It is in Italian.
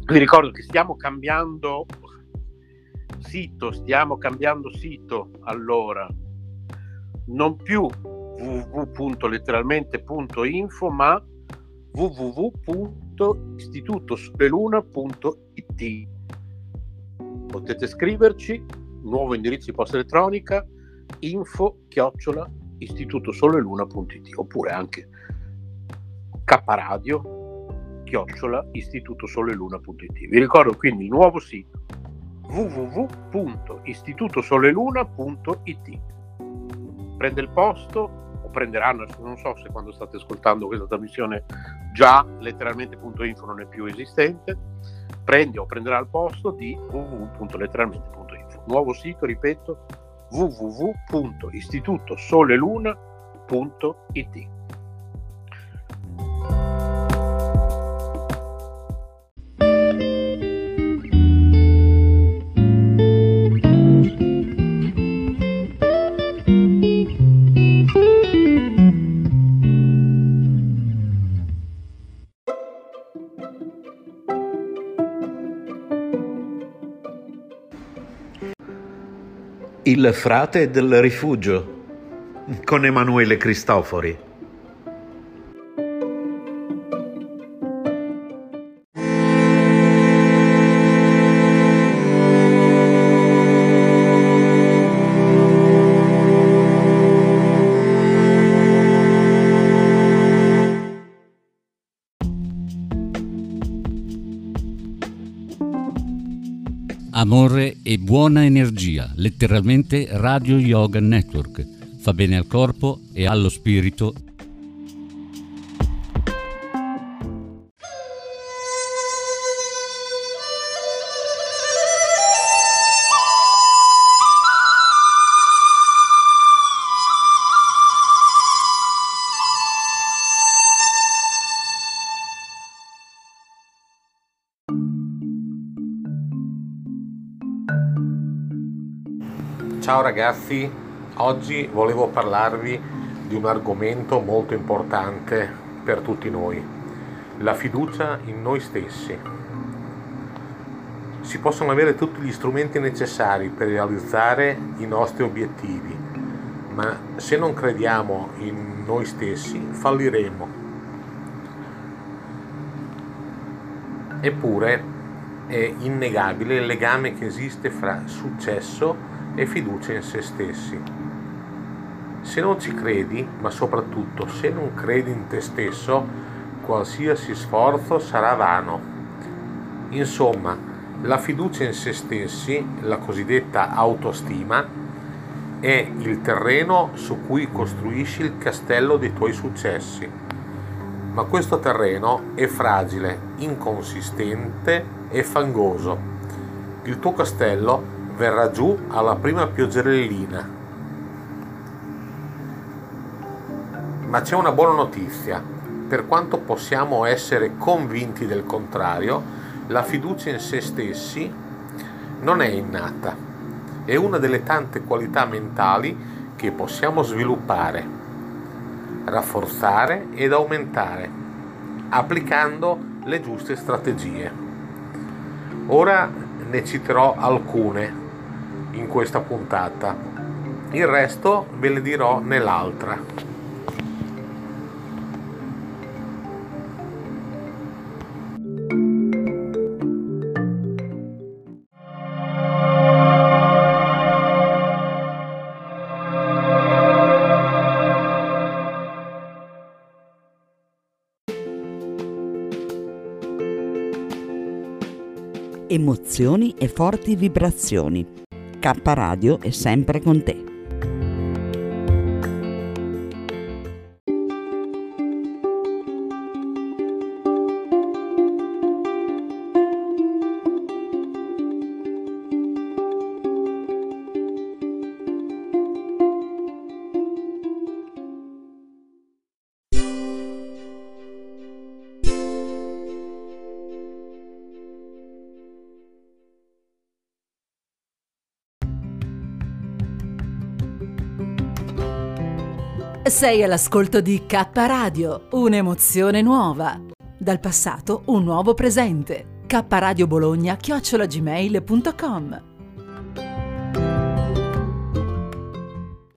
Vi ricordo che stiamo cambiando sito, allora non più www.letteralmente.info, ma www.istitutosoleluna.it. Potete scriverci, nuovo indirizzo di posta elettronica info@istitutosoleluna.it, oppure anche kradio@istitutosoleluna.it. Vi ricordo quindi il nuovo sito www.istitutosoleluna.it. Prende il posto, o prenderanno, non so se quando state ascoltando questa trasmissione già letteralmente.info non è più esistente, prende o prenderà il posto di www.letteralmente.info. Nuovo sito, ripeto, www.istitutosoleluna.it. Il frate del rifugio con Emanuele Cristofori. Amore e buona energia, letteralmente Radio Yoga Network. Fa bene al corpo e allo spirito. Ciao ragazzi, oggi volevo parlarvi di un argomento molto importante per tutti noi, la fiducia in noi stessi. Si possono avere tutti gli strumenti necessari per realizzare i nostri obiettivi, ma se non crediamo in noi stessi falliremo. Eppure è innegabile il legame che esiste fra successo e fiducia in se stessi. Se non ci credi, ma soprattutto se non credi in te stesso, qualsiasi sforzo sarà vano. Insomma, la fiducia in se stessi, la cosiddetta autostima, è il terreno su cui costruisci il castello dei tuoi successi. Ma questo terreno è fragile, inconsistente e fangoso. Il tuo castello verrà giù alla prima pioggerellina. Ma c'è una buona notizia: per quanto possiamo essere convinti del contrario, la fiducia in se stessi non è innata, è una delle tante qualità mentali che possiamo sviluppare, rafforzare ed aumentare, applicando le giuste strategie. Ora ne citerò alcune in questa puntata, il resto ve le dirò nell'altra. Emozioni e forti vibrazioni. K Radio è sempre con te. Sei all'ascolto di K Radio, un'emozione nuova. Dal passato un nuovo presente. kradiobologna@gmail.com.